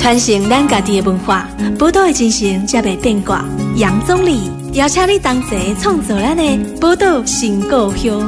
传承咱家己的文化，宝岛的精神才袂变卦。杨总理邀请你同齐创造咱的宝岛新故乡。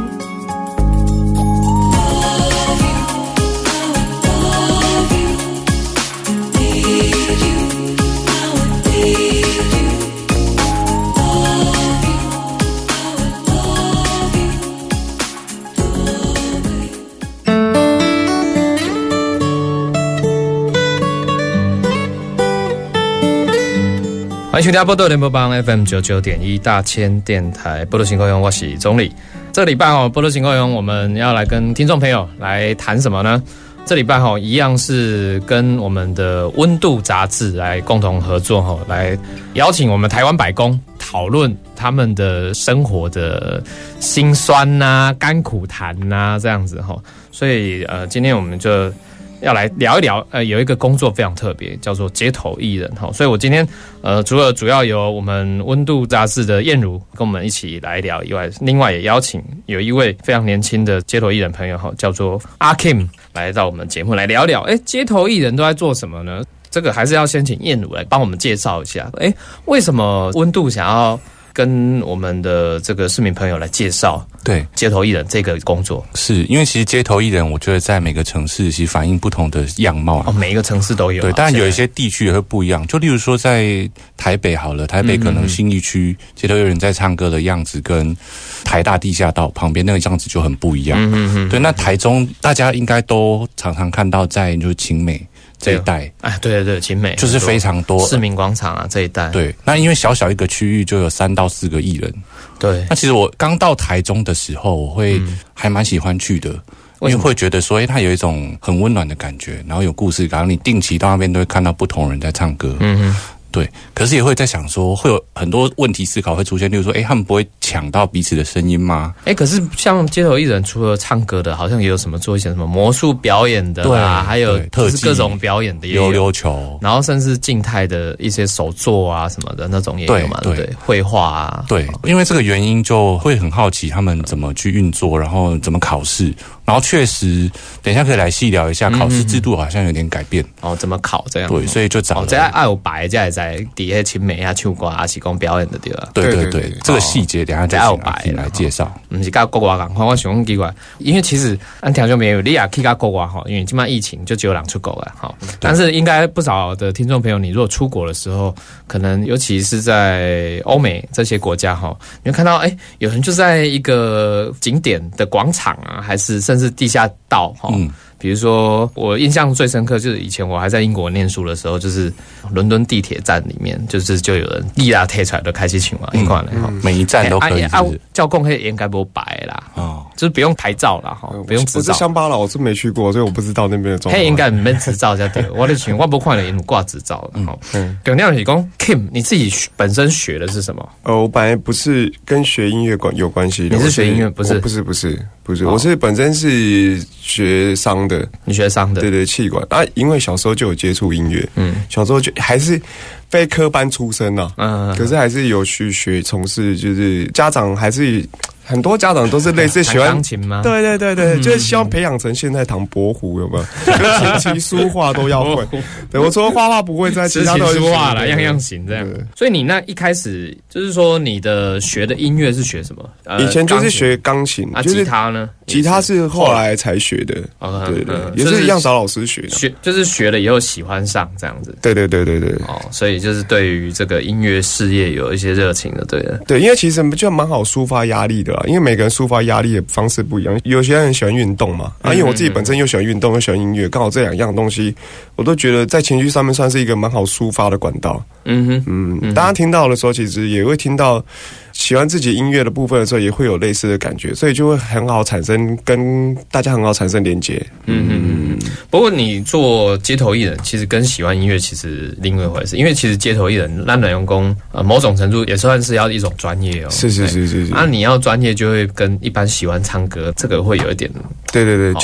欢迎收听报道联播帮 FM 99.1大千电台报道新故乡，我是总理。这礼拜报道新故乡我们要来跟听众朋友来谈什么呢？这礼拜一样是跟我们的温度杂志来共同合作，来邀请我们台湾百工讨论他们的生活的辛酸啊、甘苦谈啊这样子。所以今天我们就要来聊一聊，有一个工作非常特别，叫做街头艺人。所以我今天除了主要由我们温度杂志的燕如跟我们一起来聊以外，另外也邀请有一位非常年轻的街头艺人朋友，叫做阿 Kim 来到我们节目来聊聊，街头艺人都在做什么呢？这个还是要先请燕如来帮我们介绍一下，为什么温度想要跟我们的这个市民朋友来介绍对街头艺人这个工作？是因为其实街头艺人我觉得在每个城市其实反映不同的样貌每一个城市都有。对，当然有一些地区也会不一样，就例如说在台北好了，台北可能信义区街头艺人在唱歌的样子跟台大地下道旁边那个样子就很不一样。对，那台中大家应该都常常看到在就是勤美这一带，对对对，勤美就是非常多市民广场这一带。对，那因为小小一个区域就有3到4个艺人。对，那其实我刚到台中的时候，我会还蛮喜欢去的，因为会觉得说，它有一种很温暖的感觉，然后有故事感，然后你定期到那边都会看到不同人在唱歌。对，可是也会在想说，会有很多问题思考会出现，例如说，他们不会抢到彼此的声音吗？可是像街头艺人，除了唱歌的，好像也有什么做一些什么魔术表演的啦，还有就是各种表演的也有，溜球，然后甚至静态的一些手作啊什么的那种也有嘛，对，绘画啊，对，因为这个原因就会很好奇他们怎么去运作，然后怎么考试。然后确实，等一下可以来细聊一下考试制度，好像有点改变怎么考这样？对，所以就找了这爱有白，这也在底下亲美啊、唱歌啊、是讲表演的对吧？对对对，这个细节等一下再请阿 Kim 来介绍。不是跟国外讲，我想奇怪，因为其实按听众朋友，你也去跟国外因为现在疫情就只有人出国了但是应该不少的听众朋友，你如果出国的时候，可能尤其是在欧美这些国家你会看到有人就在一个景点的广场啊，还是甚至地下道比如说我印象最深刻就是以前我还在英国念书的时候，就是伦敦地铁站里面就有人立拉贴出来的开始唱一块每一站都可以教工可以应该不白啦就是不用牌照啦不用执照。我是乡巴佬，我是没去过，所以我不知道那边的状况。应该没执照才对。我的群我不看了，有挂执照的。耿亮理工 Kim， 你自己本身学的是什么？我本来不是跟学音乐有关系的。你是学音乐？不是，我是本身是学商的。你学商的？对对，气管啊，因为小时候就有接触音乐，小时候就还是非科班出身可是还是有去从事，就是家长还是。很多家长都是类似喜欢钢琴吗？对对对对，就是希望培养成现在唐伯虎有没有？琴棋书画都要会。对，我除了画画不会，在其他都会书画啦，样样行这样。所以你那一开始就是说你的学的音乐是学什么？以前就是学钢琴，吉他呢？吉他是后来才学的。对对，也是一样找老师学的。就是学了以后喜欢上这样子。对对对对对。所以就是对于这个音乐事业有一些热情的，对的。对，因为其实就蛮好抒发压力的。因为每个人抒发压力的方式不一样，有些人喜欢运动嘛，因为我自己本身又喜欢运动又喜欢音乐，刚好这2样东西，我都觉得在情绪上面算是一个蛮好抒发的管道。大家听到的时候，其实也会听到喜欢自己音乐的部分的时候，也会有类似的感觉，所以就会很好产生跟大家很好产生连结。不过你做街头艺人，其实跟喜欢音乐其实另外一回事，因为其实街头艺人让人用功，某种程度也算是要一种专业哦。是。你要专业就会跟一般喜欢唱歌这个会有一点。对对对，就是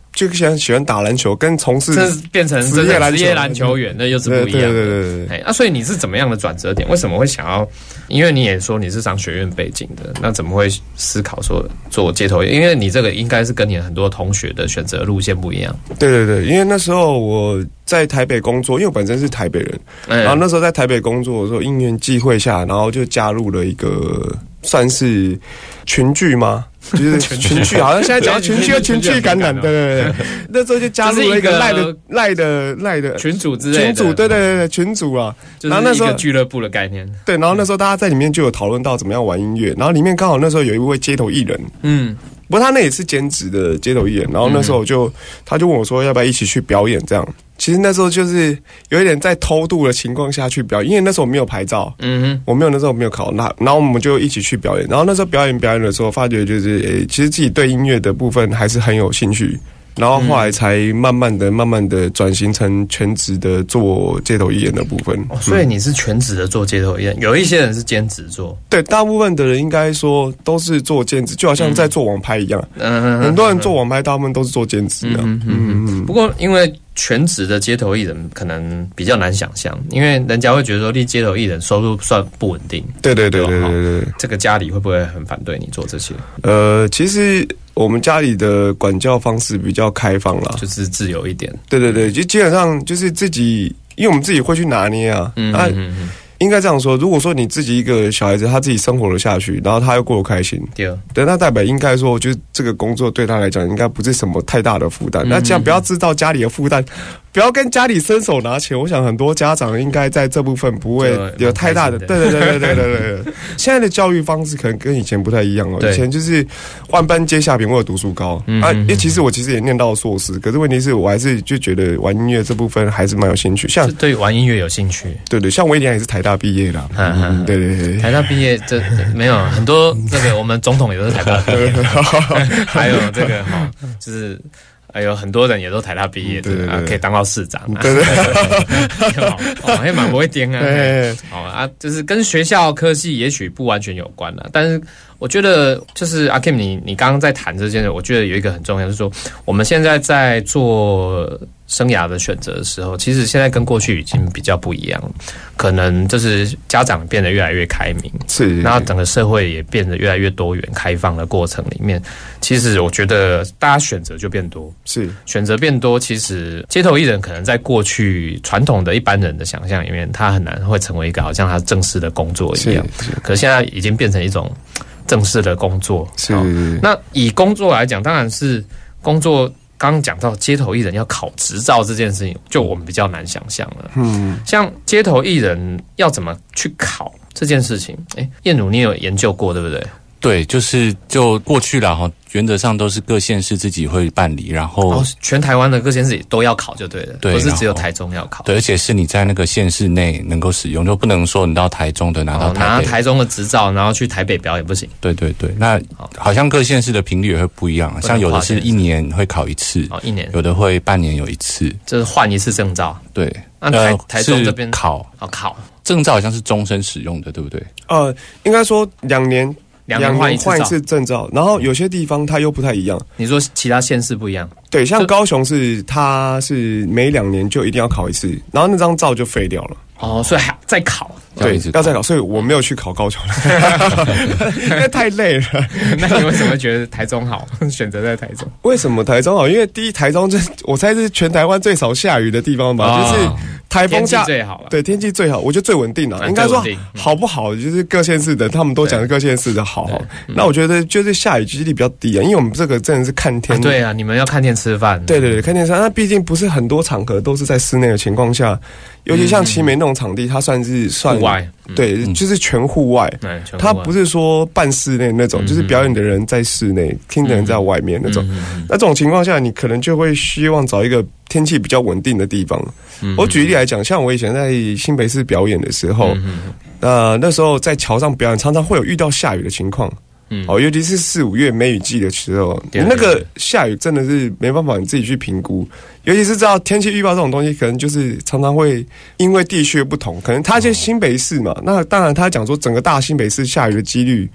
就喜欢打篮球，跟从事这变成职业篮球员，那又是不一样的。对。所以你是怎么样的转折点？为什么会想要？因为你也说你是商学院背景的，那怎么会思考说做街头艺？因为你这个应该是跟你很多同学的选择路线不一样。 对，因为那时候我在台北工作，因为我本身是台北人，然后那时候在台北工作的时候，因缘际会下，然后就加入了一个算是群聚吗？就是群聚，好像现在讲到群聚和群聚感染，对，那时候就加入了一个赖的群组之类的群组，对，群组啊， 就是一个俱乐部的概念。 对，然后那时候大家在里面就有讨论到怎么样玩音乐，然后里面刚好那时候有一位街头艺人，不过他那也是兼职的街头艺人，然后那时候他就问我说要不要一起去表演这样。其实那时候就是有一点在偷渡的情况下去表演，因为那时候我没有牌照，我那时候没有考，然后我们就一起去表演。然后那时候表演的时候，发觉就是其实自己对音乐的部分还是很有兴趣。然后后来才慢慢的转型成全职的做街头艺人的部分。 所以你是全职的做街头艺人，有一些人是兼职做。 对，大部分的人应该说都是做兼职，就好像在做网拍一样。很多人做网拍，大部分都是做兼职的。 不过因为全职的街头艺人可能比较难想象，因为人家会觉得说，街头艺人收入算不稳定。对，这个家里会不会很反对你做这些？ 其实我们家里的管教方式比较开放啦， 就是自由一点。 对，就基本上就是自己，因为我们自己会去拿捏啊。应该这样说，如果说你自己一个小孩子，他自己生活了下去，然后他又过得开心，对，那代表应该说，就是这个工作对他来讲，应该不是什么太大的负担。那这样不要制造家里的负担，不要跟家里伸手拿钱。我想很多家长应该在这部分不会有太大的，对。现在的教育方式可能跟以前不太一样以前就是万般皆下品，我有读书高因为其实我也念到硕士，可是问题是我还是就觉得玩音乐这部分还是蛮有兴趣。像对玩音乐有兴趣， 对，像我以前也是台大毕业的，对， 台大毕业这没有很多，这个我们总统也都是台大毕业，还有这个就是有很多人也都台大毕业的，可以当到市长，对，还蛮不会颠啊，就是跟学校科系也许不完全有关了，但是我觉得就是阿 Kim， 你刚刚在谈这件事，我觉得有一个很重要，就是说我们现在在做生涯的选择的时候，其实现在跟过去已经比较不一样了，可能就是家长变得越来越开明，是，然后整个社会也变得越来越多元开放的过程里面，其实我觉得大家选择就变多，是，选择变多，其实街头艺人可能在过去传统的一般人的想象里面，他很难会成为一个好像他正式的工作一样，可是现在已经变成一种正式的工作，是。那以工作来讲，当然是工作。刚刚讲到街头艺人要考执照这件事情，就我们比较难想象了。像街头艺人要怎么去考这件事情，燕如你有研究过对不对？ 对，就过去了哈，原则上都是各县市自己会办理，然后全台湾的各县市都要考就对了，对，不是只有台中要考。 对，而且是你在那个县市内能够使用，就不能说你到台中的拿到台中的执照，然后去台北表演不行。 对，那好像各县市的频率也会不一样，像有的是1年会考一次，1年，有的会半年有一次， 就是换一次证照。 对， 那台中这边考证照好像是终身使用的，对不对？ 应该说2年换一次证照，然后有些地方它又不太一样。 你说其他县市不一样？ 对，像高雄它是每2年就一定要考一次，然后那张照就废掉了。 所以还再考， 对，要再考，所以我没有去考高雄，因为太累了。 那你为什么觉得台中好，选择在台中？ 为什么台中好？因为第一，台中我猜是全台湾最少下雨的地方吧，就是台风下最好了， 对，天气最好，我觉得最稳定了。应该说好不好，就是各县市的他们都讲各县市的好。那我觉得就是下雨几率比较低啊，因为我们这个真的是看天。 对啊，你们要看天吃饭。 对，看天吃饭。那毕竟不是很多场合都是在室内的情况下。尤其像奇美那种场地，它算户外， 对，就是全户外，它不是说半室内那种，就是表演的人在室内，听的人在外面那种。那这种情况下，你可能就会希望找一个天气比较稳定的地方。我举例来讲，像我以前在新北市表演的时候，那时候在桥上表演，常常会有遇到下雨的情况。尤其是4、5月梅雨季的时候，那个下雨真的是没办法你自己去评估，尤其是知道天气预报这种东西，可能就是常常会因为地区不同，可能它就新北市嘛，那当然他讲说整个大新北市下雨的几率，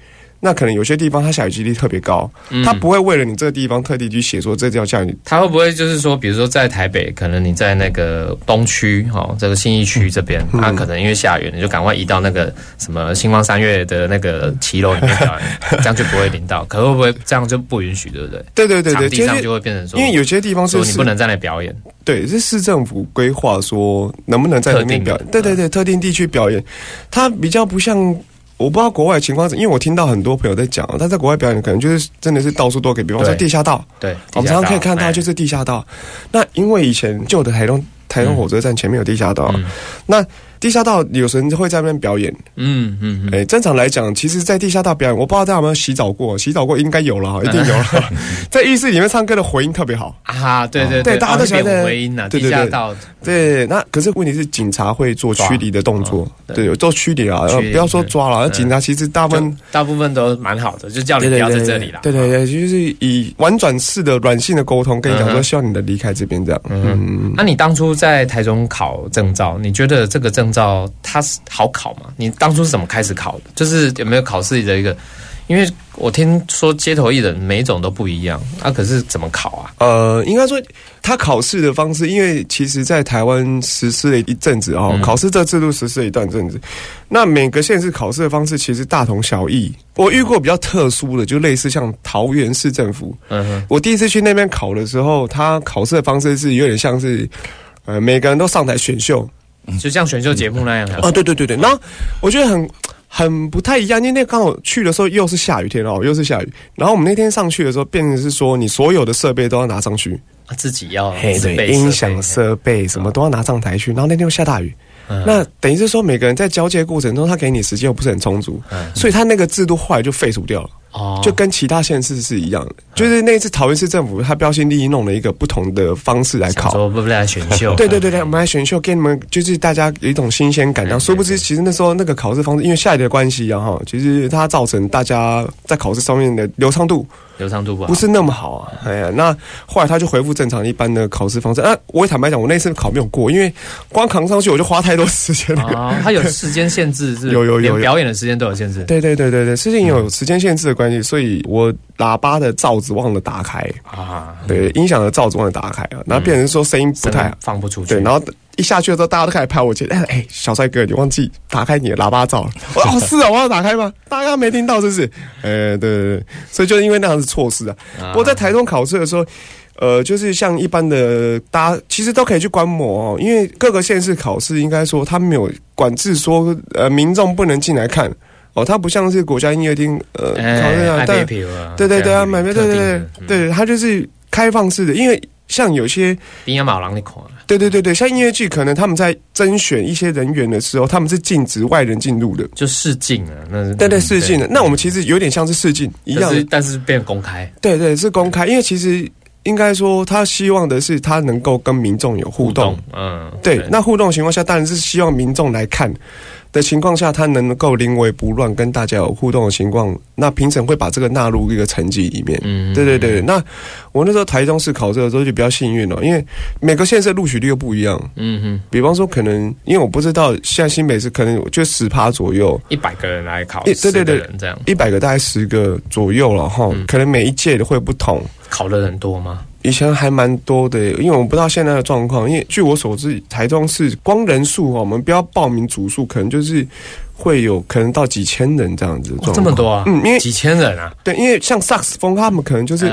那可能有些地方它下雨几率特别高，它不会为了你这个地方特地去写说这叫下雨。 它会不会就是说，比如说在台北，可能你在那个东区这个信义区这边，它可能因为下雨，你就赶快移到那个什么星光三月的那个骑楼里面表演，这样就不会淋到。可会不会这样就不允许，对不对？ 对对对对， 场地上就会变成说， 因为有些地方是说你不能在那表演。 对，是市政府规划说能不能在那边表演。对对对，特定地区表演，它比较不像。我不知道国外的情况，因为我听到很多朋友在讲，他在国外表演可能就是真的是到处都可以，比方说地下道， 对， 我们常常可以看到就是地下道。那因为以前旧的台东火车站前面有地下道，那地下道有时候会在那边表演，正常来讲，其实，在地下道表演，我不知道大家有没有洗澡过应该有了，一定有了。在浴室里面唱歌的回音特别好啊，对对对， 大家都喜欢回音啊，地下道。 对，那可是问题是警察会做驱离的动作，对，做驱离啊，不要说抓了，警察其实大部分都蛮好的，就叫你不要在这里啦。 对对对，就是以婉转式的软性的沟通，跟你讲说希望你的离开这边这样。 那你当初在台中考证照，你觉得这个证照它好考吗？你当初是怎么开始考的？就是有没有考试的一个？因为我听说街头艺人每一种都不一样，可是怎么考啊？ 应该说他考试的方式，因为其实在台湾实施了一阵子考试这制度实施了一段阵子，那每个县市考试的方式其实大同小异。我遇过比较特殊的，就类似像桃园市政府，我第一次去那边考的时候，他考试的方式是有点像是每个人都上台选秀， 就像选秀节目那样的。 对对对对，然后我觉得很不太一样，因为那刚好去的时候又是下雨天又是下雨。然后我们那天上去的时候，变成是说你所有的设备都要拿上去， 自己要对音响设备什么都要拿上台去。然后那天又下大雨，那等于是说每个人在交接过程中，他给你时间又不是很充足，所以他那个制度后来就废除掉了。就跟其他县市是一样的，就是那次桃园市政府他标新立异弄了一个不同的方式来考， 说不来选秀， 对对对对，我们来选秀，给你们就是大家有一种新鲜感。然后殊不知，其实那时候那个考试方式，因为下雨的关系其实它造成大家在考试上面的流畅度不是那么好啊。那后来他就恢复正常一般的考试方式。我也坦白讲，我那次考没有过，因为光扛上去我就花太多时间了。 它有时间限制，是有连表演的时间都有限制。 对对对对对，事情有时间限制的关系，所以我喇叭的罩子忘了打开对，音响的罩子忘了打开然后变成说声音不太放不出去。 对，然后一下去的时候，大家都开始拍我肩，小帅哥，你忘记打开你的喇叭罩了。是啊，我要打开吗？大家没听到，是不是？对对对，所以就因为那样子错失不过在台中考试的时候，就是像一般的，大家其实都可以去观摩因为各个县市考试应该说他没有管制说民众不能进来看。它不像是国家音乐厅考试但对对对啊，对对对对，它就是开放式的，因为像有些边马郎你看， 对对对对，像音乐剧可能他们在甄选一些人员的时候，他们是禁止外人进入的， 就试镜那是对对试镜的。那我们其实有点像是试镜一样， 但是变公开， 对对是公开，因为其实应该说他希望的是他能够跟民众有互动，对，那互动的情况下，当然是希望民众来看。的情况下，他能够临危不乱，跟大家有互动的情况，那评审会把这个纳入一个成绩里面。对对对。那我那时候台中市考试的时候就比较幸运因为每个县市录取率又不一样。比方说可能，因为我不知道现在新北市可能就10%左右 ，100个人来考， 对对对， 这样 100个大概10个左右了可能每一届的会不同。 考的人多吗？ 以前还蛮多的，因为我不知道现在的状况。因为据我所知，台中市光人数我们不要报名组数，可能就是会有可能到几千人这样子的状况。 这么多啊？ 因为几千人啊？ 对，因为像萨克斯风，他们可能就是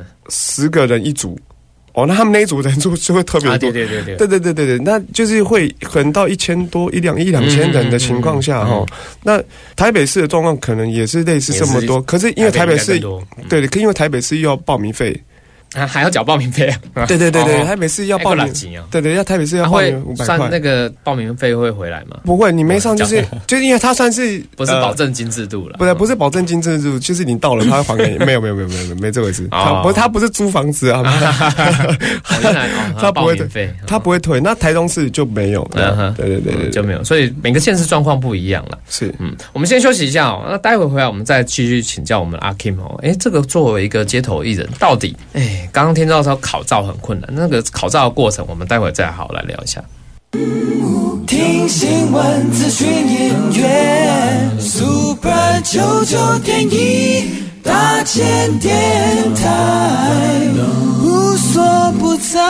10个人一组。那他们那一组人数就会特别多。对对对对对对对对对，那就是会可能到1000多、2千人的情况下那台北市的状况可能也是类似这么多，可是因为台北市对，因为台北市又要报名费。 还要缴报名费对对对对，台北市要报名，对对，要台北市要报名500块。 算那个报名费会回来吗？ 不会，你没上就是因为它算是不是保证金制度了， 不是保证金制度，就是你到了他会还给你，没有这回事。他不是租房子啊，他不会退，他不会退。那台中市就没有，对对对对， 就没有，所以每个县市状况不一样了。 是， 我们先休息一下那待会回来我们再继续请教我们阿 Kim 这个作为一个街头艺人，到底刚刚听到说考照很困难，那个考照的过程，我们待会再好好来聊一下。 听新闻、资讯、音乐 ，Super 99.1大千电台，无所不在。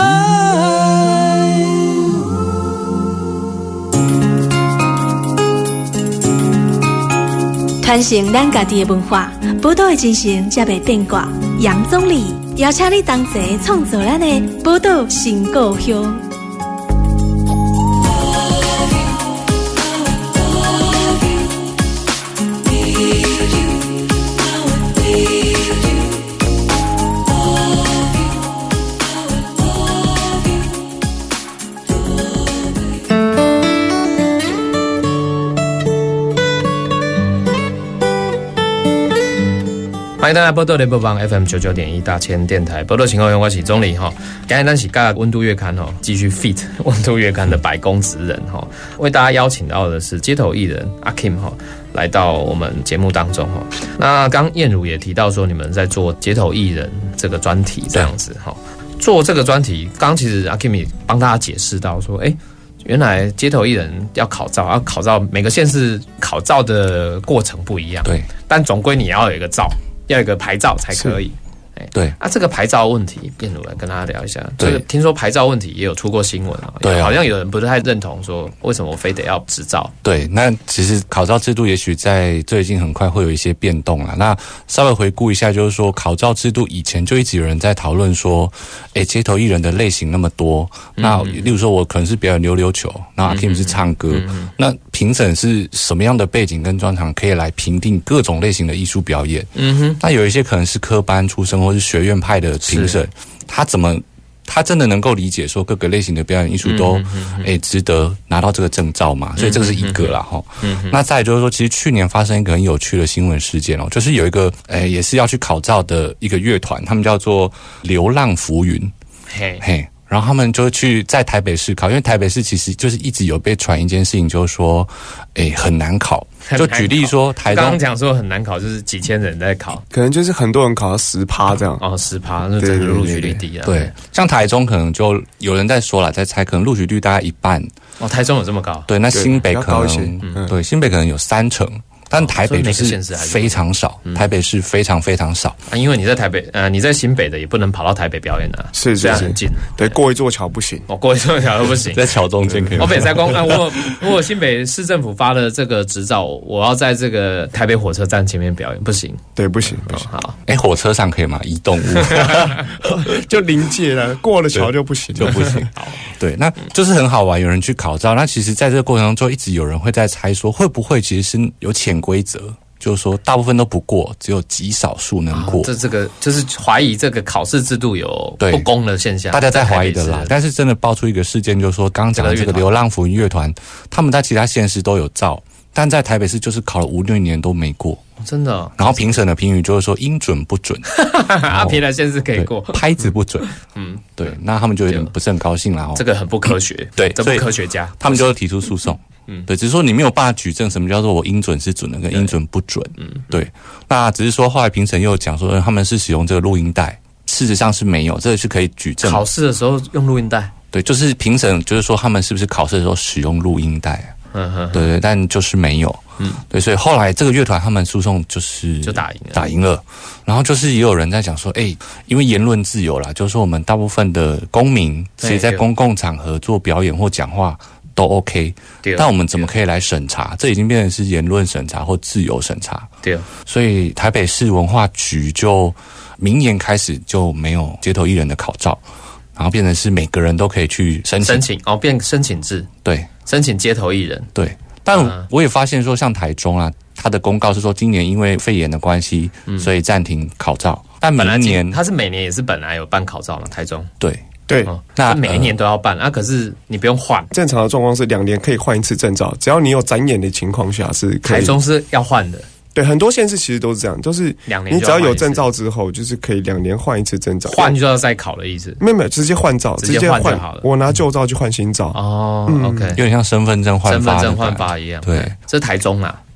传承咱家己的文化，宝岛的精神才袂变卦。杨总理邀请你同齐创造咱的宝岛新故乡。 欢迎大家波多联播网 FM 99.1大千电台波多情况用我是钟理哈，今天咱是跟温度月刊哈继续 fit 温度月刊的百工职人哈，为大家邀请到的是街头艺人阿 Kim 哈来到我们节目当中哈。那刚燕如也提到说你们在做街头艺人这个专题这样子哈，做这个专题，刚其实阿 Kim 也帮大家解释到说，原来街头艺人要考照，每个县市考照的过程不一样，对，但总归你要有一个照。要有一个牌照才可以， 对这个牌照问题，卞如来跟大家聊一下。这个听说牌照问题也有出过新闻啊，对，好像有人不太认同说为什么我非得要执照。对， 那其实考照制度也许在最近很快会有一些变动啦。那稍微回顾一下，就是说考照制度以前就一直有人在讨论说，街头艺人的类型那么多，那例如说我可能是表演溜溜球，那阿 Kim 是唱歌，那评审是什么样的背景跟专长可以来评定各种类型的艺术表演？那有一些可能是科班出身或是学院派的评审，他真的能够理解说各个类型的表演艺术都值得拿到这个证照嘛？所以这个是一个啦齁。那再来就是说，其实去年发生一个很有趣的新闻事件哦，就是有一个也是要去考照的一个乐团，他们叫做流浪浮云，嘿。然后他们就去在台北市考，因为台北市其实就是一直有被传一件事情，就是说，很难考。就举例说，台中刚刚讲说很难考，就是几千人在考， 可能就是很多人考到10%这样。 10%，那整个录取率低啊。 对，像台中可能就有人在说了，在猜，可能录取率大概一半。 台中有这么高？ 对，那新北可能对新北可能有30%。但台北就是非常少，台北市非常非常少因为你在台北，你在新北的也不能跑到台北表演啊， 是这样很近， 对，过一座桥不行， 过一座桥都不行， 在桥中间可以。 我北在公，我新北市政府发的这个执照，我要在这个台北火车站前面表演，不行， 对，不行。 好， 火车上可以吗？移动物就临界了，过了桥就不行， 好， 对，那就是很好玩，有人去考照，那其实在这个过程中，一直有人会在猜说，会不会其实是有潜规则，就是说大部分都不过，只有极少数能过。 这个就是怀疑这个考试制度有不公的现象， 大家在怀疑的啦。但是真的爆出一个事件，就是说刚刚讲的这个流浪浮云乐团，他们在其他县市都有照，但在台北市就是考了5-6年都没过。 真的， 然后评审的评语就是说音准不准， 别的县市可以过， 拍子不准，对，那他们就有点不是很高兴啦。 这个很不科学， 对， 这不科学家， 他们就提出诉讼，对，只是说你没有办法举证什么叫做我音准是准的跟音准不准，对，那只是说后来评审又讲说他们是使用这个录音带，事实上是没有，这个是可以举证。 考试的时候用录音带， 对，就是评审就是说他们是不是考试的时候使用录音带。对，但就是没有，对，所以后来这个乐团他们诉讼就打赢了，然后就是也有人在讲说，因为言论自由啦，就是说我们大部分的公民其实在公共场合做表演或讲话都 OK， 但我们怎么可以来审查？这已经变成是言论审查或自由审查，对，所以台北市文化局就明年开始就没有街头艺人的考照。然后变成是每个人都可以去申请变申请制， 对， 申请街头艺人， 对。但我也发现说，像台中啊，他的公告是说今年因为肺炎的关系，所以暂停考照。但明年他是每年也是本来有办考照嘛，台中对， 那每一年都要办可是你不用换。 正常的状况是2年可以换一次证照，只要你有展演的情况下是可以。 台中是要换的。 对，很多县市其实都是这样，都是你只要有证照之后，就是可以2年换一次证照， 换就要再考的意思。 没有，直接换照，直接换就好了。我拿旧照去换新照。 OK， 有点像身份证换发一样。 对，这是台中啊。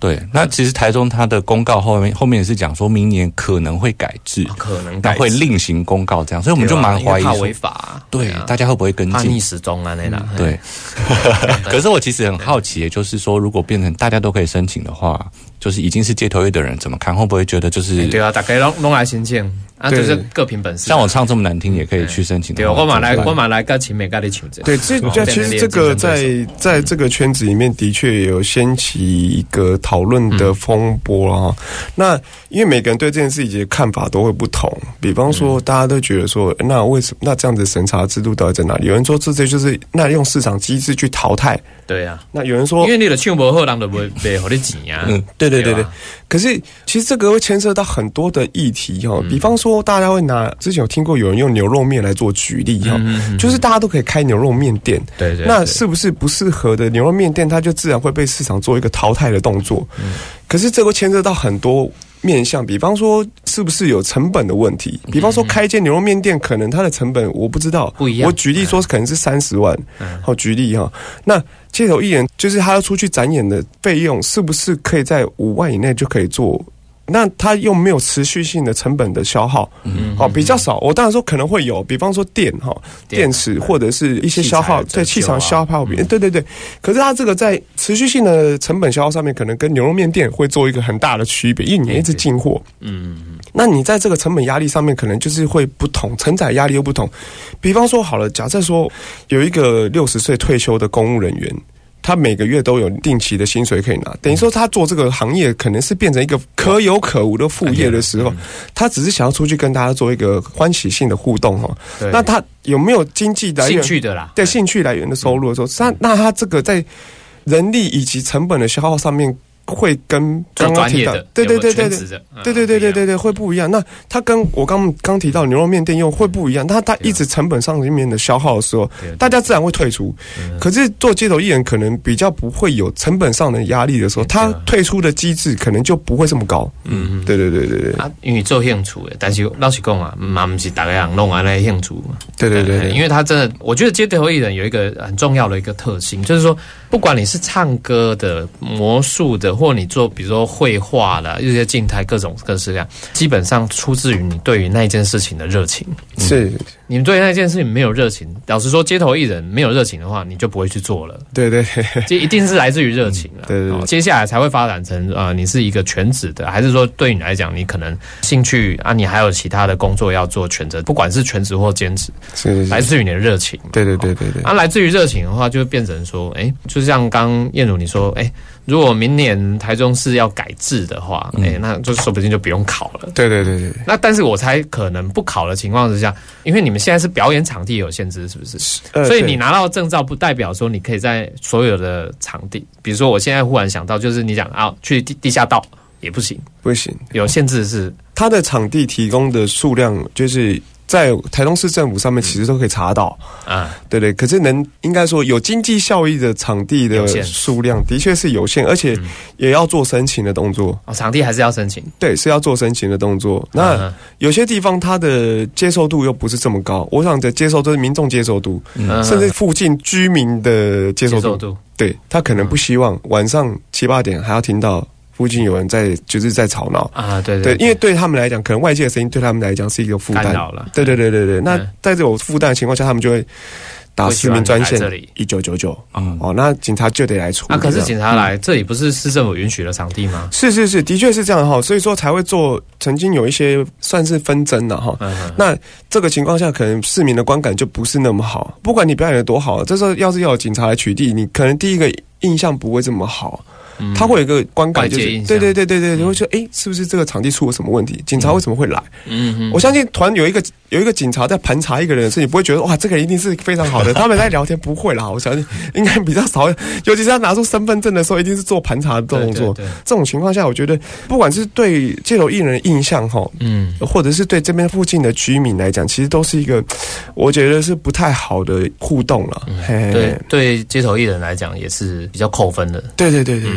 对，那其实台中它的公告后面也是讲说明年可能会改制， 可能改制会另行公告这样，所以我们就蛮怀疑说怕违法， 对，大家会不会跟进？ 怕逆时钟啊那啦。 对，可是我其实很好奇，也就是说，如果变成大家都可以申请的话，就是已经是街头乐的人怎么看？会不会觉得就是对啊，大家拢来申请啊，就是各凭本事。 像我唱这么难听，也可以去申请。 对，我马来跟秦美跟你求证。 对，其实这个在这个圈子里面的确有掀起一个讨论的风波啊。那因为每个人对这件事情的看法都会不同，比方说大家都觉得说，那为什么那这样子审查制度到底在哪里？有人说这就是那用市场机制去淘汰。 对啊， 那有人说， 因为你的唱不好，人就不会给你钱啊。 对。可是其实这个会牵涉到很多的议题哈，比方说大家会拿之前有听过有人用牛肉面来做举例哈，就是大家都可以开牛肉面店，对，那是不是不适合的牛肉面店，它就自然会被市场做一个淘汰的动作？可是这个牵涉到很多面向，比方说是不是有成本的问题？比方说开一间牛肉面店，可能它的成本我不知道，不一样。我举例说可能是30万，好举例哈。那街头艺人就是他要出去展演的费用，是不是可以在5万以内就可以做？那他又没有持续性的成本的消耗，比较少。我当然说可能会有，比方说电池或者是一些消耗，对器材消耗比，对。可是他这个在持续性的成本消耗上面，可能跟牛肉面店会做一个很大的区别，因为你一直进货，那你在这个成本压力上面，可能就是会不同，承载压力又不同。比方说好了，假设说有一个60岁退休的公务人员。他每个月都有定期的薪水可以拿，等于说他做这个行业可能是变成一个可有可无的副业的时候，他只是想要出去跟大家做一个欢喜性的互动哈。那他有没有经济来源？兴趣的啦，对，兴趣来源的收入的时候，那他这个在人力以及成本的消耗上面。会跟刚刚提到，对，会不一样。那它跟我刚提到牛肉面店又会不一样。它一直成本上面的消耗的时候，大家自然会退出。可是做街头艺人可能比较不会有成本上的压力的时候，他退出的机制可能就不会这么高。对。 啊，因为做兴趣的，但是老实讲啊，嘛不是大家人弄安来兴趣嘛。对，因为他真的，我觉得街头艺人有一个很重要的一个特性，就是说，不管你是唱歌的、魔术的。或你做比如说绘画啦，一些静态各式各样，基本上出自于你对于那一件事情的热情。 是， 你们对那件事情没有热情，老实说，街头艺人没有热情的话，你就不会去做了。对，这一定是来自于热情了。对，接下来才会发展成你是一个全职的，还是说对你来讲，你可能兴趣啊，你还有其他的工作要做选择，不管是全职或兼职，是来自于你的热情。对。啊，来自于热情的话，就会变成说，就像刚燕如你说，如果明年台中市要改制的话，那就说不定就不用考了。对。那但是我猜可能不考的情况之下，因为你们现在是表演场地有限制，是不是？所以你拿到证照不代表说你可以在所有的场地，比如说我现在忽然想到，就是你讲去地下道也不行，有限制是它的场地提供的数量就是。在台中市政府上面其实都可以查到对，可是应该说有经济效益的场地的数量的确是有限，而且也要做申请的动作。 场地还是要申请？ 对，是要做申请的动作。那有些地方它的接受度又不是这么高，我想的接受都是民众接受度，甚至附近居民的接受度。对，他可能不希望晚上7、8点还要听到。附近有人就是在吵闹啊，对，因为对他们来讲，可能外界的声音对他们来讲是一个负担，对。那在这种负担的情况下，他们就会打市民专线1999，那警察就得来处理。 可是警察来这里不是市政府允许的场地吗？ 是，的确是这样哈，所以说才会做，曾经有一些算是纷争了哈。那这个情况下，可能市民的观感就不是那么好。不管你表演的多好，这时候要有警察来取缔，你可能第一个印象不会这么好。他会有一个观感，就是对，你会说，是不是这个场地出了什么问题？警察为什么会来？我相信团有一个警察在盘查一个人的时候，你不会觉得哇，这个人一定是非常好的。他们在聊天不会啦，我相信应该比较少，尤其是他拿出身份证的时候，一定是做盘查的动作。这种情况下，我觉得不管是对街头艺人的印象或者是对这边附近的居民来讲，其实都是一个我觉得是不太好的互动了。 对街头艺人来讲也是比较扣分的。 对。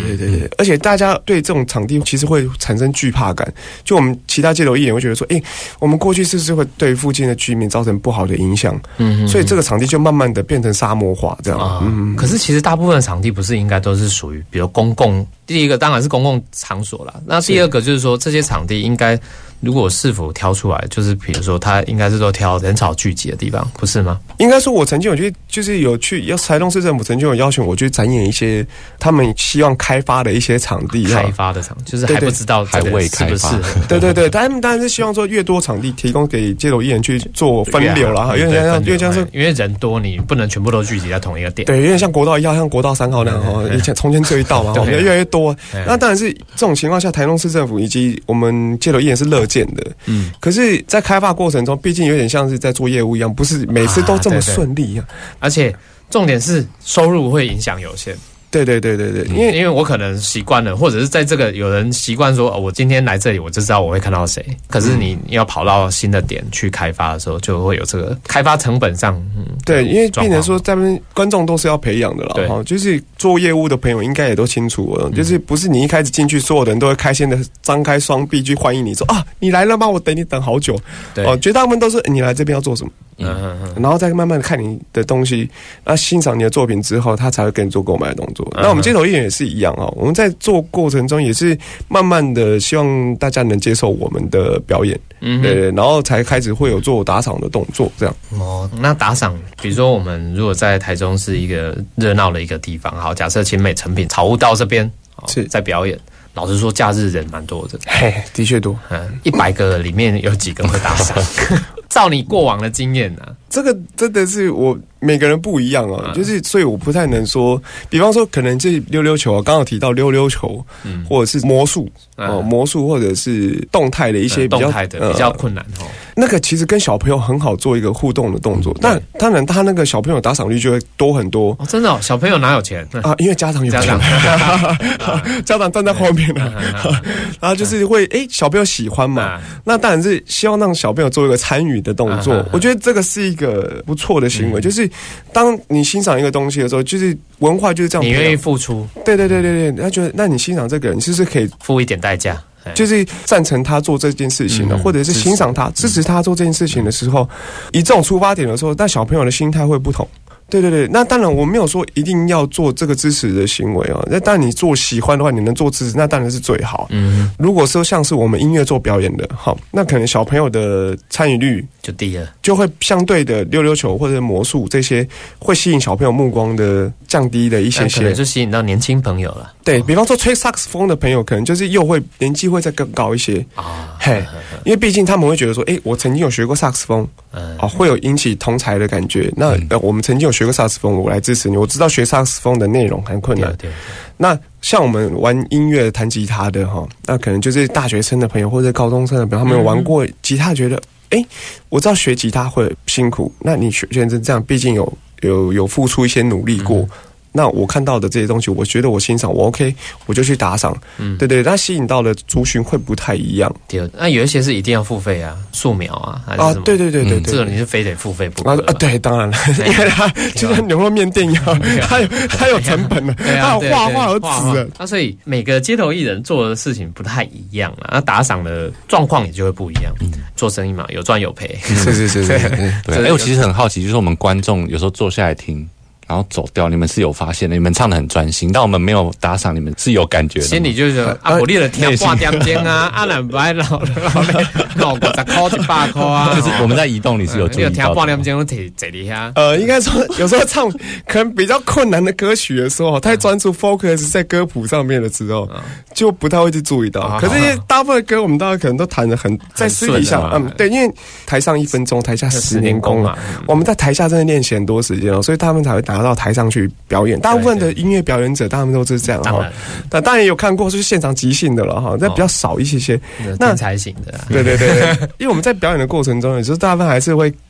对，而且大家对这种场地其实会产生惧怕感，就我们其他街头艺人会觉得说，我们过去是不是会对附近的居民造成不好的影响？所以这个场地就慢慢的变成沙漠化这样。 可是其实大部分的场地不是应该都是属于比如公共，第一个当然是公共场所啦，那第二个就是说这些场地应该如果是否挑出来，就是比如说它应该是都挑人潮聚集的地方，不是吗？应该说我曾经有去，就是有去台东市政府曾经有邀请我去展演一些他们希望开发的一些场地， 开发的场就是还不知道还未开发， 对，他们当然是希望说越多场地提供给街头艺人去做分流啦，因为人多，你不能全部都聚集在同一个点， 对，有点像国道1号，像国道3号那样哈，以前从前只有一道嘛，我们越来越多，那当然是这种情况下，台东市政府以及我们街头艺人是乐见的，可是，在开发过程中，毕竟有点像是在做业务一样，不是每次都这么顺利啊， 而且重点是收入会影响有限。 对， 因为我可能习惯了，或者是在这个有人习惯说，我今天来这里，我就知道我会看到谁。可是你要跑到新的点去开发的时候，就会有这个开发成本上， 对，因为变成说，咱们观众都是要培养的啦，哈，就是做业务的朋友应该也都清楚了，就是不是你一开始进去，所有人都会开心的张开双臂去欢迎你，说啊，你来了吗？我等你等好久，绝大部分都是你来这边要做什么。然后再慢慢的看你的东西，那欣赏你的作品之后，他才会跟你做购买的动作。那我们街头艺人也是一样啊，我们在做过程中也是慢慢的希望大家能接受我们的表演，对，然后才开始会有做打赏的动作，这样。 那打赏，比如说我们如果在台中是一个热闹的一个地方，好，假设勤美成品草悟道这边是在表演。老实说，假日人蛮多的， 的确多 ，100个里面有几个会打赏？照你过往的经验呢？ 这个真的是我每个人不一样啊，就是所以我不太能说，比方说可能这溜溜球，刚好提到溜溜球，或者是魔术魔术或者是动态的一些比较比较困难哦。 那个其实跟小朋友很好做一个互动的动作，但当然他那个小朋友打赏率就会多很多。 真的，小朋友哪有钱啊？因为家长有钱，家长站在后面的，然后就是会小朋友喜欢嘛，那当然是希望让小朋友做一个参与的动作。我觉得这个是一个不错的行为，就是当你欣赏一个东西的时候，就是文化就是这样， 你愿意付出， 对，他觉得那你欣赏这个人，其实可以付一点代价。 就是赞成他做这件事情的，或者是欣赏他、支持他做这件事情的时候，以这种出发点的时候，但小朋友的心态会不同。对，那当然我没有说一定要做这个支持的行为啊。那当然你做喜欢的话，你能做支持，那当然是最好。如果说像是我们音乐做表演的，好，那可能小朋友的参与率就低了， 就会相对的溜溜球或者魔术这些会吸引小朋友目光的降低的一些， 可能就吸引到年轻朋友了。 对，比方说吹萨克斯风的朋友，可能就是又会年纪会再更高一些啊，因为毕竟他们会觉得说，我曾经有学过萨克斯风，会有引起同才的感觉。那我们曾经有学过萨克斯风，我来支持你。我知道学萨克斯风的内容很困难，对。那像我们玩音乐、弹吉他的哈，那可能就是大学生的朋友或者高中生的朋友，他们有玩过吉他，觉得我知道学吉他会辛苦，那你学成这样，毕竟有付出一些努力过。那我看到的这些东西，我觉得我欣赏，我 OK， 我就去打赏。对，它吸引到的族群会不太一样。 对，那有一些是一定要付费啊，素描啊，还是什么？ 对， 这种你是非得付费不可啊？对，当然了，因为它就像牛肉面店一样，它有成本的，它有画画有纸的。所以每个街头艺人做的事情不太一样啊，那打赏的状况也就会不一样。做生意嘛，有赚有赔。 是。 对，我其实很好奇，就是我们观众有时候坐下来听。然后走掉，你们是有发现的，你们唱得很专心，但我们没有打赏，你们是有感觉的， 心里就是我练了跳挂点钟啊，人不爱老50块100块啊， 就是我们在移动，你是有注意到的。 跳挂点钟提这里下。 应该说有时候唱可能比较困难的歌曲的时候，太专注 focus 在歌谱上面的时候，就不太会去注意到。可是大部分的歌，我们大家可能都弹得很在私底下，对，因为台上1分钟，台下10年功嘛，我们在台下真的练习很多时间哦，所以他们才会拿到台上去表演。大部分的音乐表演者，他们都是这样哈。但当然也有看过就是现场即兴的了哈，但比较少一些。 天才型的。 对，因为我们在表演的过程中，有时候大部分还是会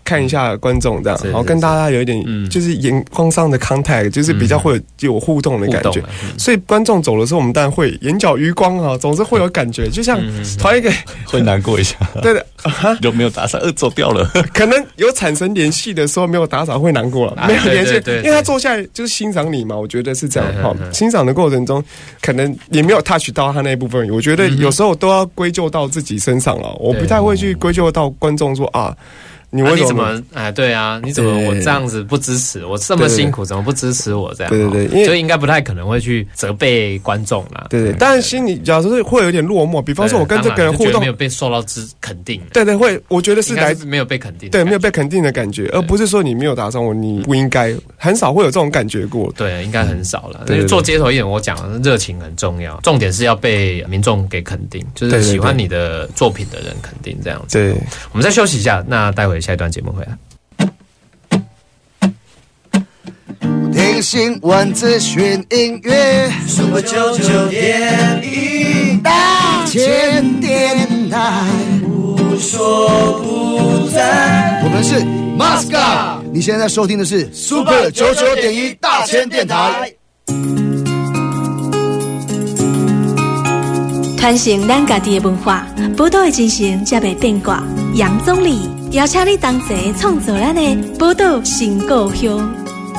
看一下观众这样，然后跟大家有一点就是眼光上的 contact， 就是比较会有互动的感觉。所以观众走的时候，我们当然会眼角余光啊，总是会有感觉，就像团一个会难过一下。 对的， 有没有打赏？走掉了。 可能有产生联系的时候没有打赏会难过了，没有联系，因为他坐下来就是欣赏你嘛，我觉得是这样。好，欣赏的过程中可能也没有 touch 到他那一部分，我觉得有时候都要归咎到自己身上了，我不太会去归咎到观众说啊。你为什么？ 对啊，你怎么我这样子不支持？我这么辛苦，怎么不支持我？这样对，因为就应该不太可能会去责备观众啦。 对，但心里假如说会有点落寞。比方说，我跟这个人互动没有被受到肯定。 对，会，我觉得是来没有被肯定。 对，没有被肯定的感觉，而不是说你没有打上我，你不应该，很少会有这种感觉过。 对，应该很少了。因为做街头艺人，我讲热情很重要，重点是要被民众给肯定，就是喜欢你的作品的人肯定这样子。 对， 我们再休息一下，那待会下一段节目回来。 听新闻资讯音乐 Super 99.1大千电台无所不在。我们是 Masca， 你现在收听的是 Super 99.1大千电台。 传承咱家己的文化，宝岛的精神才袂变卦。杨总理邀请你同齐创造咱的宝岛新故乡。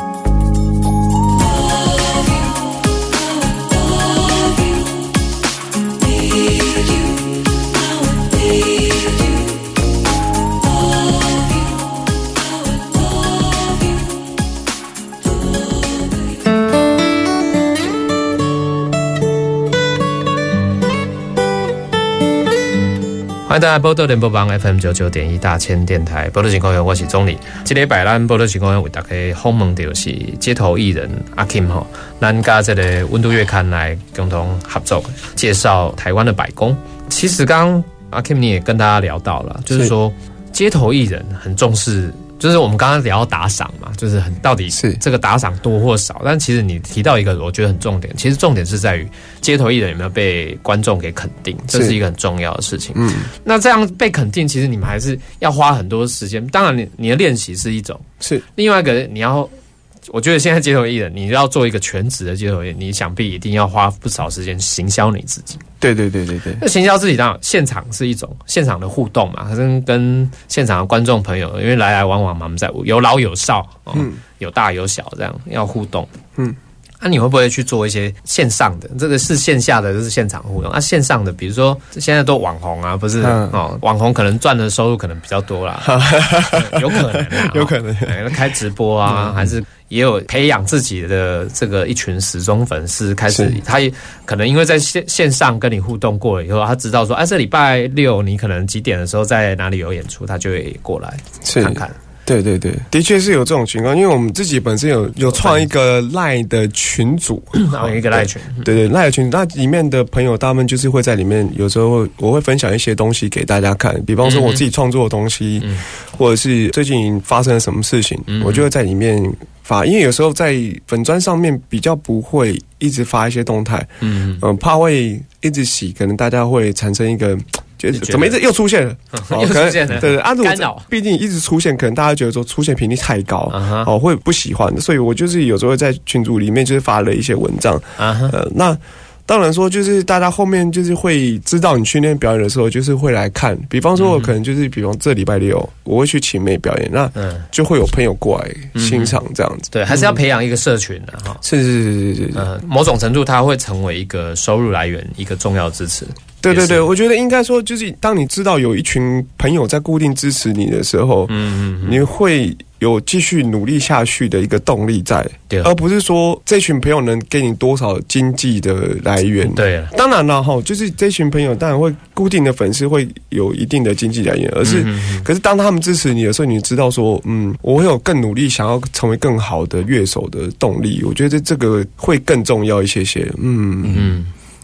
欢迎大家报道联播帮 FM 99.1大千电台报道情况员，我是总理。这礼拜咱报道情况员为大家访问到是街头艺人阿 Kim 吼，咱跟这个温度月刊来共同合作介绍台湾的百工。其实刚刚阿 Kim 你也跟大家聊到了，就是说街头艺人很重视。就是我们刚刚聊到打赏嘛，就是到底是这个打赏多或少，但其实你提到一个我觉得很重点，其实重点是在于街头艺人有没有被观众给肯定，这是一个很重要的事情。那这样被肯定，其实你们还是要花很多时间。当然你的练习是一种，是另外一个你要。我觉得现在街头艺人，你要做一个全职的街头艺人，你想必一定要花不少时间行销你自己。对。那行销自己当然现场是一种现场的互动嘛，跟现场的观众朋友，因为来来往往嘛，我们在有老有少，有大有小，这样要互动。那你会不会去做一些线上的？这个是线下的，就是现场互动。线上的，比如说现在都网红啊，不是网红可能赚的收入可能比较多啦，有可能，有可能开直播啊，还是也有培养自己的这个一群死忠粉丝，开始他也可能因为在线上跟你互动过了以后，他知道说，这礼拜六你可能几点的时候在哪里有演出，他就会过来看看。 对，的确是有这种情况，因为我们自己本身有创一个 LINE 的群组， 有一个 LINE 群， 对 LINE 群，那里面的朋友他们就是会在里面，有时候我会分享一些东西给大家看，比方说我自己创作的东西，或者是最近发生了什么事情，我就会在里面发，因为有时候在粉专上面比较不会一直发一些动态，怕会一直洗，可能大家会产生一个。怎么一直又出现了？ 又出现了， 对干扰。毕竟一直出现，可能大家觉得说出现频率太高，会不喜欢的。所以我就是有时候在群组里面就是发了一些文章，那当然说就是大家后面就是会知道你去那边表演的时候，就是会来看。比方说，我可能就是比方这礼拜六我会去晴美表演，那就会有朋友过来欣赏这样子。 对，还是要培养一个社群的哈。 是。 某种程度它会成为一个收入来源，一个重要支持。 对，我觉得应该说，就是当你知道有一群朋友在固定支持你的时候，你会有继续努力下去的一个动力在，而不是说这群朋友能给你多少经济的来源。对，当然了哈，就是这群朋友当然会固定的粉丝会有一定的经济来源，而是可是当他们支持你的时候，你知道说，我会有更努力想要成为更好的乐手的动力。我觉得这个会更重要一些些。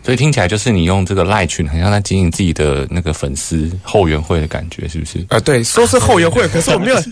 所以听起来就是你用这个赖群，很像在经营自己的那个粉丝后援会的感觉，是不是？ 对，说是后援会，可是我没有，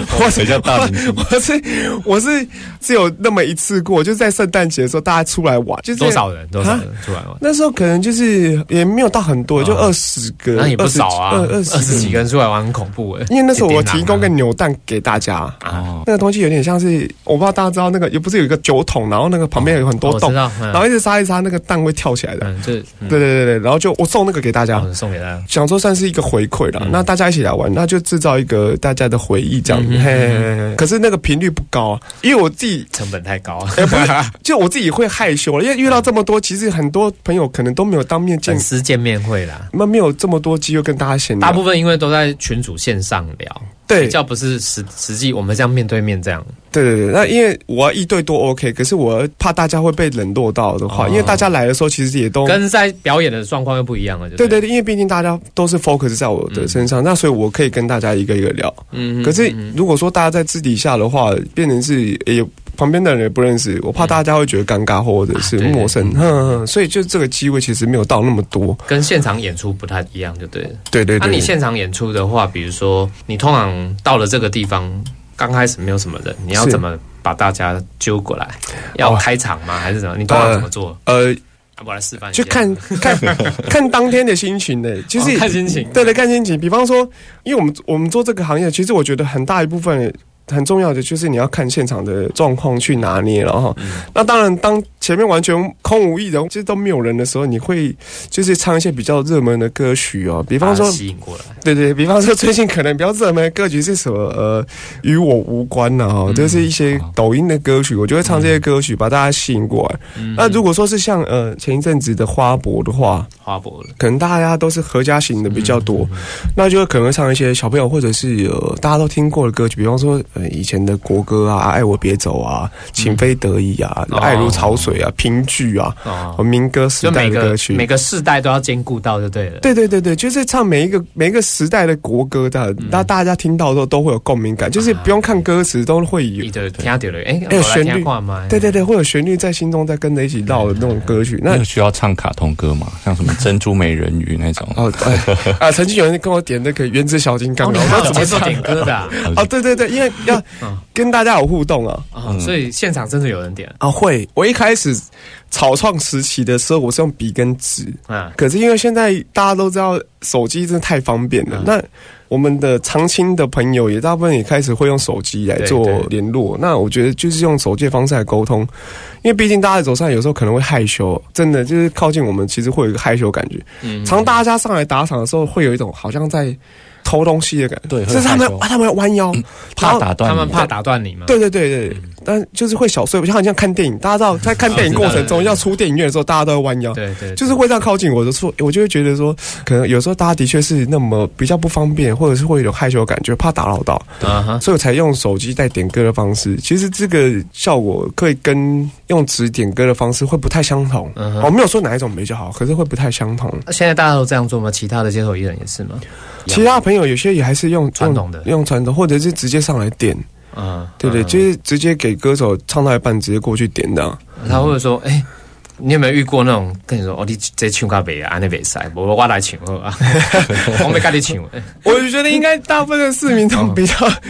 我是只有那么一次过，就是在圣诞节的时候，大家出来玩，就是多少人出来玩？ 那时候可能就是也没有到很多，就20个， 那也不少啊 ，20 几个人出来玩很恐怖因为那时候我提供个扭蛋给大家那个东西有点像是，我不知道大家知道那个，也不是有一个酒桶，然后那个旁边有很多洞，然后一直杀一杀，那个蛋会跳起来的。对，然后就我送那个给大家， 送给大家， 想说算是一个回馈啦。那大家一起来玩，那就制造一个大家的回忆这样子。可是那个频率不高因为我自己成本太高就我自己会害羞了，因为遇到这么多，其实很多朋友可能都没有当面见， 粉丝见面会啦， 那没有这么多机会跟大家闲聊， 大部分因为都在群组线上聊。 对， 比较不是实际我们这样面对面这样。 对，那因为我要一对多 OK， 可是我怕大家会被冷落到的话，因为大家来的时候其实也都跟在表演的状况又不一样了。 对，因为毕竟大家都是 focus 在我的身上，那所以我可以跟大家一个一个聊。可是如果说大家在私底下的话，变成是也旁边的人也不认识，我怕大家会觉得尴尬或者是陌生，所以就这个机会其实没有到那么多， 跟现场演出不太一样，就对了。 对。那你现场演出的话，比如说你通常到了这个地方，刚开始没有什么人，你要怎么把大家揪过来？要开场吗？还是怎么？你通常怎么做？我来示范一下。 就看当天的心情的，就是看心情。 对，看心情。比方说，因为我们做这个行业，其实我觉得很大一部分。很重要的就是你要看现场的状况去拿捏了哈。那当然，当前面完全空无一人，其实都没有人的时候，你会就是唱一些比较热门的歌曲哦，比方说吸引过来。 对，比方说最近可能比较热门的歌曲是什么与我无关呐哈，就是一些抖音的歌曲，我就会唱这些歌曲把大家吸引过来。那如果说是像前一阵子的花博的话，可能大家都是合家型的比较多，那就可能会唱一些小朋友或者是大家都听过的歌曲，比方说。以前的国歌啊，爱我别走啊，情非得已啊，爱如潮水啊，评剧啊，民歌时代的歌曲， 每个世代都要兼顾到就对了。 对，就是唱每一个时代的国歌的，大家听到的时候都会有共鸣感，就是不用看歌词都会有。 听到了， 有旋律，对，会有旋律在心中在跟着一起绕的那种歌曲。 那需要唱卡通歌吗？像什么珍珠美人鱼那种？ 曾经有人跟我点那个原子小金刚， 我要怎么做点歌的？ 对，因为要跟大家有互动啊， 所以现场真的有人点啊。会，我一开始草创时期的时候，我是用笔跟纸可是因为现在大家都知道手机真的太方便了，那我们的常青的朋友也大部分也开始会用手机来做联络。那我觉得就是用手机的方式来沟通，因为毕竟大家在走上有时候可能会害羞，真的就是靠近我们，其实会有一个害羞感觉。常大家上来打场的时候，会有一种好像在偷东西的感觉， 对， 就是他们要弯腰， 怕打断， 他们怕打断你吗？ 对，但就是会小碎，好像看电影，大家知道在看电影过程中要出电影院的时候，大家都会弯腰， 对， 就是会这样靠近我的时候，我就会觉得说，可能有时候大家的确是那么比较不方便，或者是会有害羞的感觉，怕打扰到，所以我才用手机带点歌的方式。其实这个效果可以跟用纸点歌的方式会不太相同。我没有说哪一种比较好，可是会不太相同。 现在大家都这样做吗？其他的街头艺人也是吗？ 其他朋友有些也还是用传统的， 用传统，或者是直接上来点。对，就是直接给歌手唱到一半，直接过去点的。 他会说：“你有没有遇过那种跟你说你这唱歌袂啊，那袂使，我来唱好啊，我没跟你唱。” 我觉得应该大部分的市民都比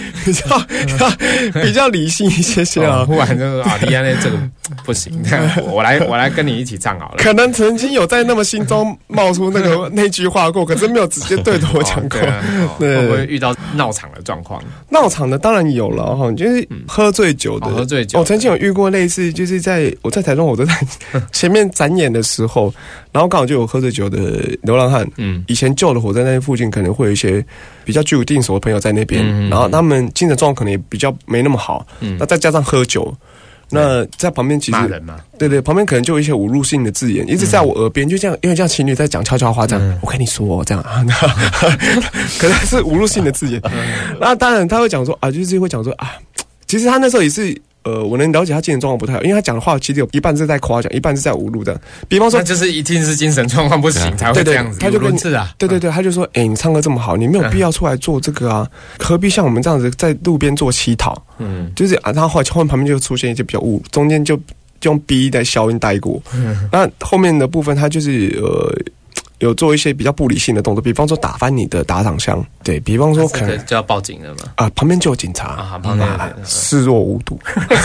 较理性一些啊。 忽然就说你安这个不行，我来跟你一起唱好了。 可能曾经有在那么心中冒出那句话过，可是没有直接对着我讲过。 对，会不会遇到闹场的状况？ 闹场的当然有了哈，就是喝醉酒的。 喝醉酒， 我曾经有遇过类似，就是我在台中，我都在前面展演的时候，然后刚好就有喝醉酒的流浪汉。以前旧的火车站附近可能会有一些比较具有定手的朋友在那边，然后他们精神状况可能也比较没那么好，那再加上喝酒。那在旁边其实骂人嘛， 对，旁边可能就有一些侮辱性的字眼，一直在我耳边，就这样，因为这样情侣在讲悄悄话，这样，我跟你说这样啊，可能是侮辱性的字眼。那当然他会讲说啊，就是会讲说啊，其实他那时候也是。我能了解他精神状况不太好，因为他讲的话其实有一半是在夸奖，一半是在侮辱的。比方说， 那就是一定是精神状况不行才会这样子。 他就跟对，他就说，你唱歌这么好，你没有必要出来做这个啊，何必像我们这样子在路边做乞讨？就是然后后来旁边就出现一些比较中间就就用 B 的消音带过。那后面的部分，他就是有做一些比较不理性的动作，比方说打翻你的打场箱，对，比方说可能就要报警了嘛。 啊，旁边就有警察啊，旁边视若无睹。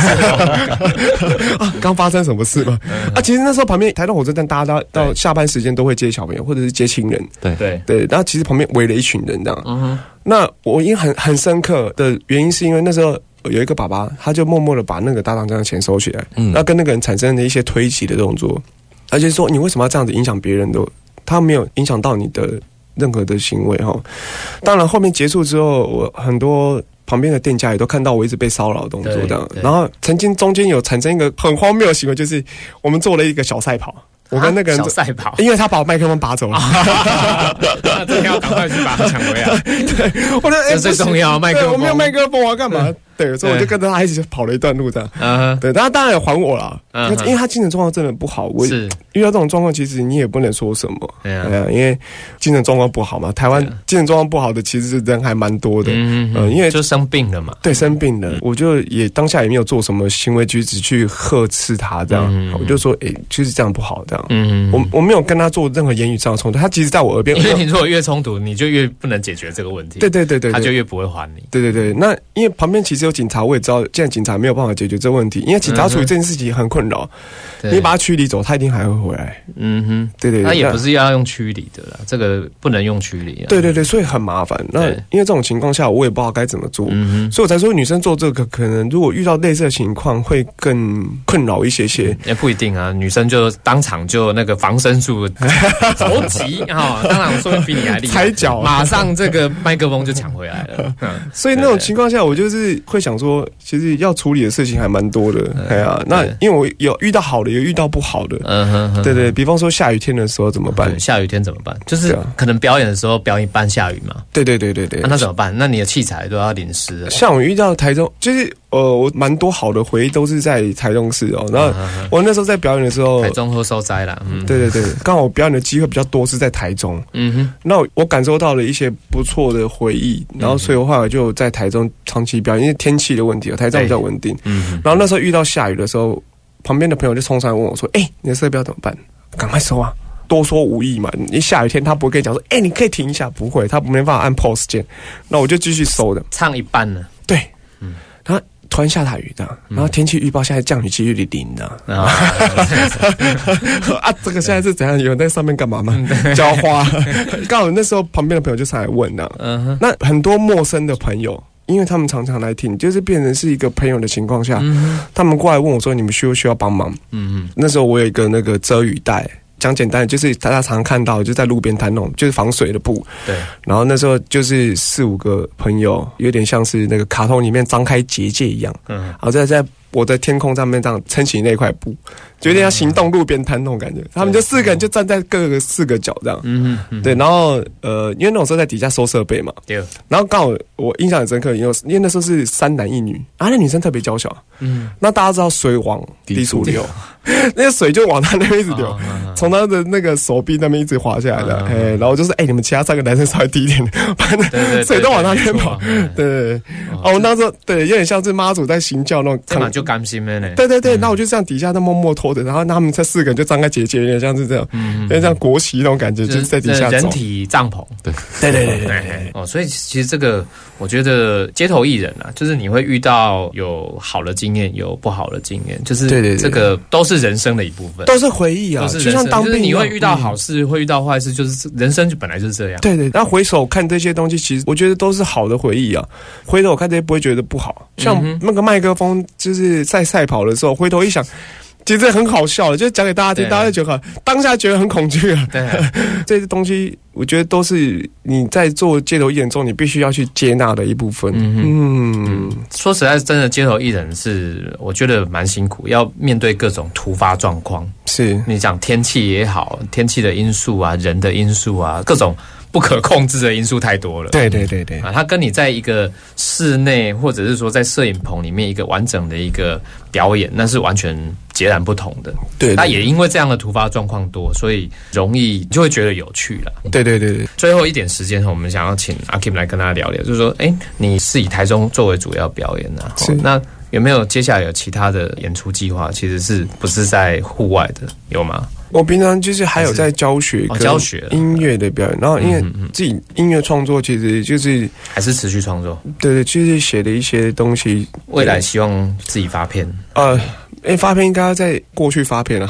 啊，刚发生什么事吗？啊，其实那时候旁边台东火车站，大家到下班时间都会接小朋友或者是接亲人，对，然后其实旁边围了一群人这样。那我印象很深刻的原因是因为那时候有一个爸爸，他就默默的把那个大场箱的钱收起来，那跟那个人产生了一些推挤的动作，而且说你为什么要这样子影响别人的？他没有影响到你的任何的行为哈。当然后面结束之后，我很多旁边的店家也都看到我一直被骚扰的动作这样。然后曾经中间有产生一个很荒谬的行为，就是我们做了一个小赛跑。我跟那个人小赛跑， 因为他把我麦克风拔走了， 那真的要赶快去把他抢回来。 对，我觉得这最重要，麦克风， 我没有麦克风，我要干嘛？对，所以我就跟着他一起跑了一段路，这样。对，当然也还我了，因为他精神状况真的不好。我遇到这种状况，其实你也不能说什么，因为精神状况不好嘛。台湾精神状况不好的其实人还蛮多的，因为就生病了嘛。 对，生病了，我就也当下也没有做什么行为举止去呵斥他，这样，我就说，就是这样不好，这样。我没有跟他做任何言语上的冲突，他其实在我耳边， 因为你如果越冲突，你就越不能解决这个问题。 对， 他就越不会还你。 对，那因为旁边其实有警察，我也知道，现在警察没有办法解决这个问题，因为警察处理这件事情很困扰，你把他驱离走，他一定还会回来。对， 他也不是要用驱离的啦，这个不能用驱离。 对，所以很麻烦。那因为这种情况下，我也不知道该怎么做，所以我才说女生做这个可能如果遇到类似的情况会更困扰一些。 也不一定啊，女生就当场就那个防身术着急啊，当然说明比你还厉害， 踩脚， 马上这个麦克风就抢回来了。 所以那种情况下，我就是会想说，其实要处理的事情还蛮多的。那因为我有遇到好的，也遇到不好的。对，比方说下雨天的时候怎么办？ 下雨天怎么办？就是可能表演的时候表演半下雨嘛。 对。 那怎么办？那你的器材都要淋湿了。 像我遇到台中，就是我蛮多好的回忆都是在台中市哦。那我那时候在表演的时候， 台中都受灾了。 对，刚好我表演的机会比较多是在台中。那我感受到了一些不错的回忆，然后所以的话就在台中长期表演，因为天气的问题，台中比较稳定。然后那时候遇到下雨的时候，旁边的朋友就冲上来问我说：“你的设备要怎么办？赶快收啊！”多说无益嘛，你下雨天他不会跟你讲说，你可以停一下，不会，他没办法按 pause 键，那我就继续收的， 唱一半了， 对，他突然下大雨的，然后天气预报现在降雨几率0的，这个现在是怎样？有人在上面干嘛吗？浇花，刚好那时候旁边的朋友就上来问了，那很多陌生的朋友。因为他们常常来听，就是变成是一个朋友的情况下，他们过来问我说：“你们需不需要帮忙？”那时候我有一个那个遮雨带，讲简单的就是大家常看到，就在路边摊那种，就是防水的布。对。然后那时候就是4-5个朋友，有点像是那个卡通里面张开结界一样，然后在我的天空上面这样撑起那块布，就有点像行动路边摊那种感觉。他们就4个人就站在各个4个角这样，对。然后因为那种时候在底下收设备嘛，对。然后刚好我印象很深刻，因为那时候是3男1女，那女生特别娇小，那大家知道水往低处流，那个水就往他那边一直流，从他的那个手臂那边一直滑下来的，然后就是你们其他3个男生稍微低一点，反正水都往他那边跑，对。我那时候对，有点像是妈祖在行教那种， 就甘心了呢。 对，那我就这样底下都默默拖着，然后他们这4个人就张开结界，有点像是这样，有点像国旗那种感觉，就是在底下走。 人体帐篷， 对。 所以其实这个，我觉得街头艺人啊，就是你会遇到有好的经验，有不好的经验，就是这个都是人生的一部分， 都是回忆啊，就像当兵， 你会遇到好事，会遇到坏事，就是人生就本来就是这样。 对，然后回首看这些东西，其实我觉得都是好的回忆啊。回头我看这些不会觉得不好，像那个麦克风，就是在赛跑的时候，回头一想。其实很好笑的，就是讲给大家听，大家就觉得当下觉得很恐惧啊。对，这些东西我觉得都是你在做街头艺人中，你必须要去接纳的一部分。 说实在，真的街头艺人是我觉得蛮辛苦，要面对各种突发状况。是你讲天气也好，天气的因素啊，人的因素啊，各种不可控制的因素太多了。对啊，他跟你在一个室内，或者是说在摄影棚里面一个完整的一个表演，那是完全截然不同的。对，那也因为这样的突发状况多，所以容易就会觉得有趣了。对。最后一点时间，我们想要请阿 Kim 来跟大家聊聊，就是说，你是以台中作为主要表演啊，那有没有接下来有其他的演出计划？其实是不是在户外的，有吗？ 我平常就是还有在教学跟音乐的表演，然后因为自己音乐创作其实就是还是持续创作， 对，就是写的一些东西，未来希望自己发片。 发片应该要在过去发片了，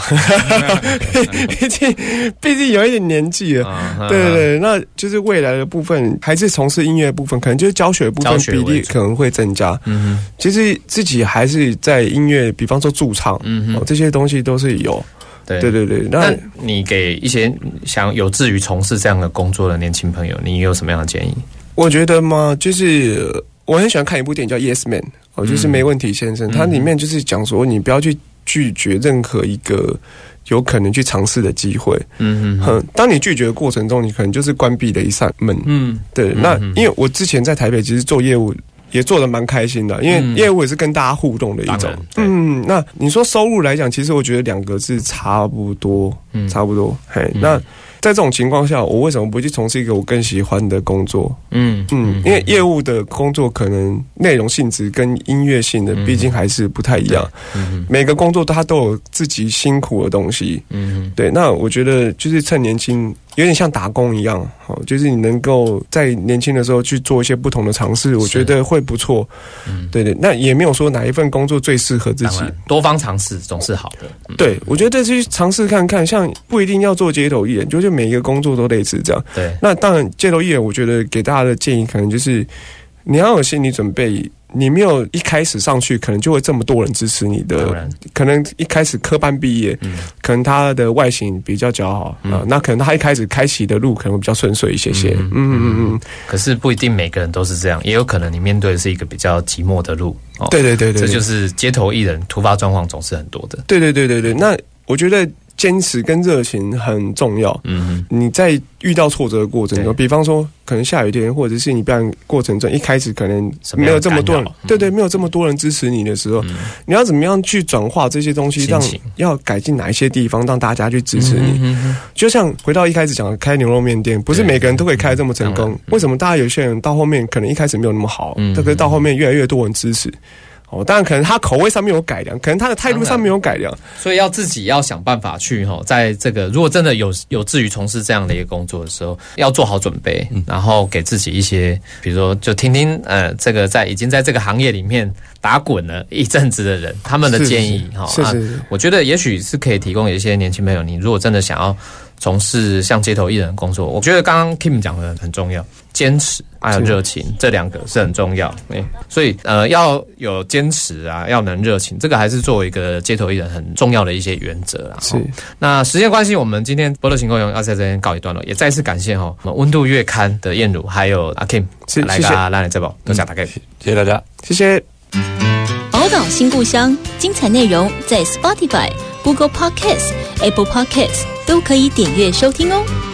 毕竟有一点年纪了，对，那就是未来的部分还是从事音乐的部分，可能就是教学的部分比例可能会增加。其实自己还是在音乐，比方说驻唱，这些东西都是有。对， 那你给一些想有志于从事这样的工作的年轻朋友，你有什么样的建议？ 我觉得嘛，就是我很喜欢看一部电影叫《Yes Man》。就是没问题先生，它里面就是讲说，你不要去拒绝任何一个有可能去尝试的机会。当你拒绝的过程中，你可能就是关闭了一扇门。对。那因为我之前在台北其实做业务也做得蛮开心的，因为业务也是跟大家互动的一种。那你说收入来讲，其实我觉得两个是差不多。那在这种情况下，我为什么不去从事一个我更喜欢的工作？因为业务的工作可能内容性质跟音乐性的毕竟还是不太一样。每个工作它都有自己辛苦的东西。对，那我觉得就是趁年轻，有点像打工一样，就是你能够在年轻的时候去做一些不同的尝试，我觉得会不错。对，那也没有说哪一份工作最适合自己， 多方尝试总是好的。 对，我觉得去尝试看看，像不一定要做街头艺人，就是每一个工作都类似这样。 对， 那当然街头艺人，我觉得给大家的建议可能就是你要有心理准备。你没有一开始上去，可能就会这么多人支持你的。可能一开始科班毕业，可能他的外形比较姣好那可能他一开始开启的路可能会比较顺遂一些些。 可是不一定每个人都是这样，也有可能你面对的是一个比较寂寞的路。 对， 这就是街头艺人突发状况总是很多的。 对，那我觉得坚持跟热情很重要。你在遇到挫折的过程中，比方说可能下雨天，或者是你表演过程中一开始可能没有这么多人，没有这么多人支持你的时候，你要怎么样去转化这些东西，让要改进哪一些地方，让大家去支持你。就像回到一开始讲的开牛肉面店，不是每个人都可以开这么成功。为什么大家有些人到后面可能一开始没有那么好，可是到后面越来越多人支持。当然可能他口味上面有改良，可能他的态度上面有改良， 所以要自己要想办法去在这个如果真的有志于从事这样的一个工作的时候，要做好准备，然后给自己一些，比如说就听听这个已经在这个行业里面打滚了一阵子的人他们的建议我觉得也许是可以提供一些年轻朋友，你如果真的想要从事像街头艺人的工作，我觉得刚刚 Kim 讲的很重要，坚持还有热情，这两个是很重要。所以要有坚持啊，要能热情，这个还是作为一个街头艺人很重要的一些原则啦。 是。 那时间关系，我们今天波多情况要在这边告一段落，也再次感谢我们温度月刊的燕如还有阿 Kim 来跟咱的节目，多谢大家， 谢谢大家， 谢谢。 宝岛新故乡精彩内容在 Spotify、Google Podcast、Apple Podcast 都可以点阅收听哦。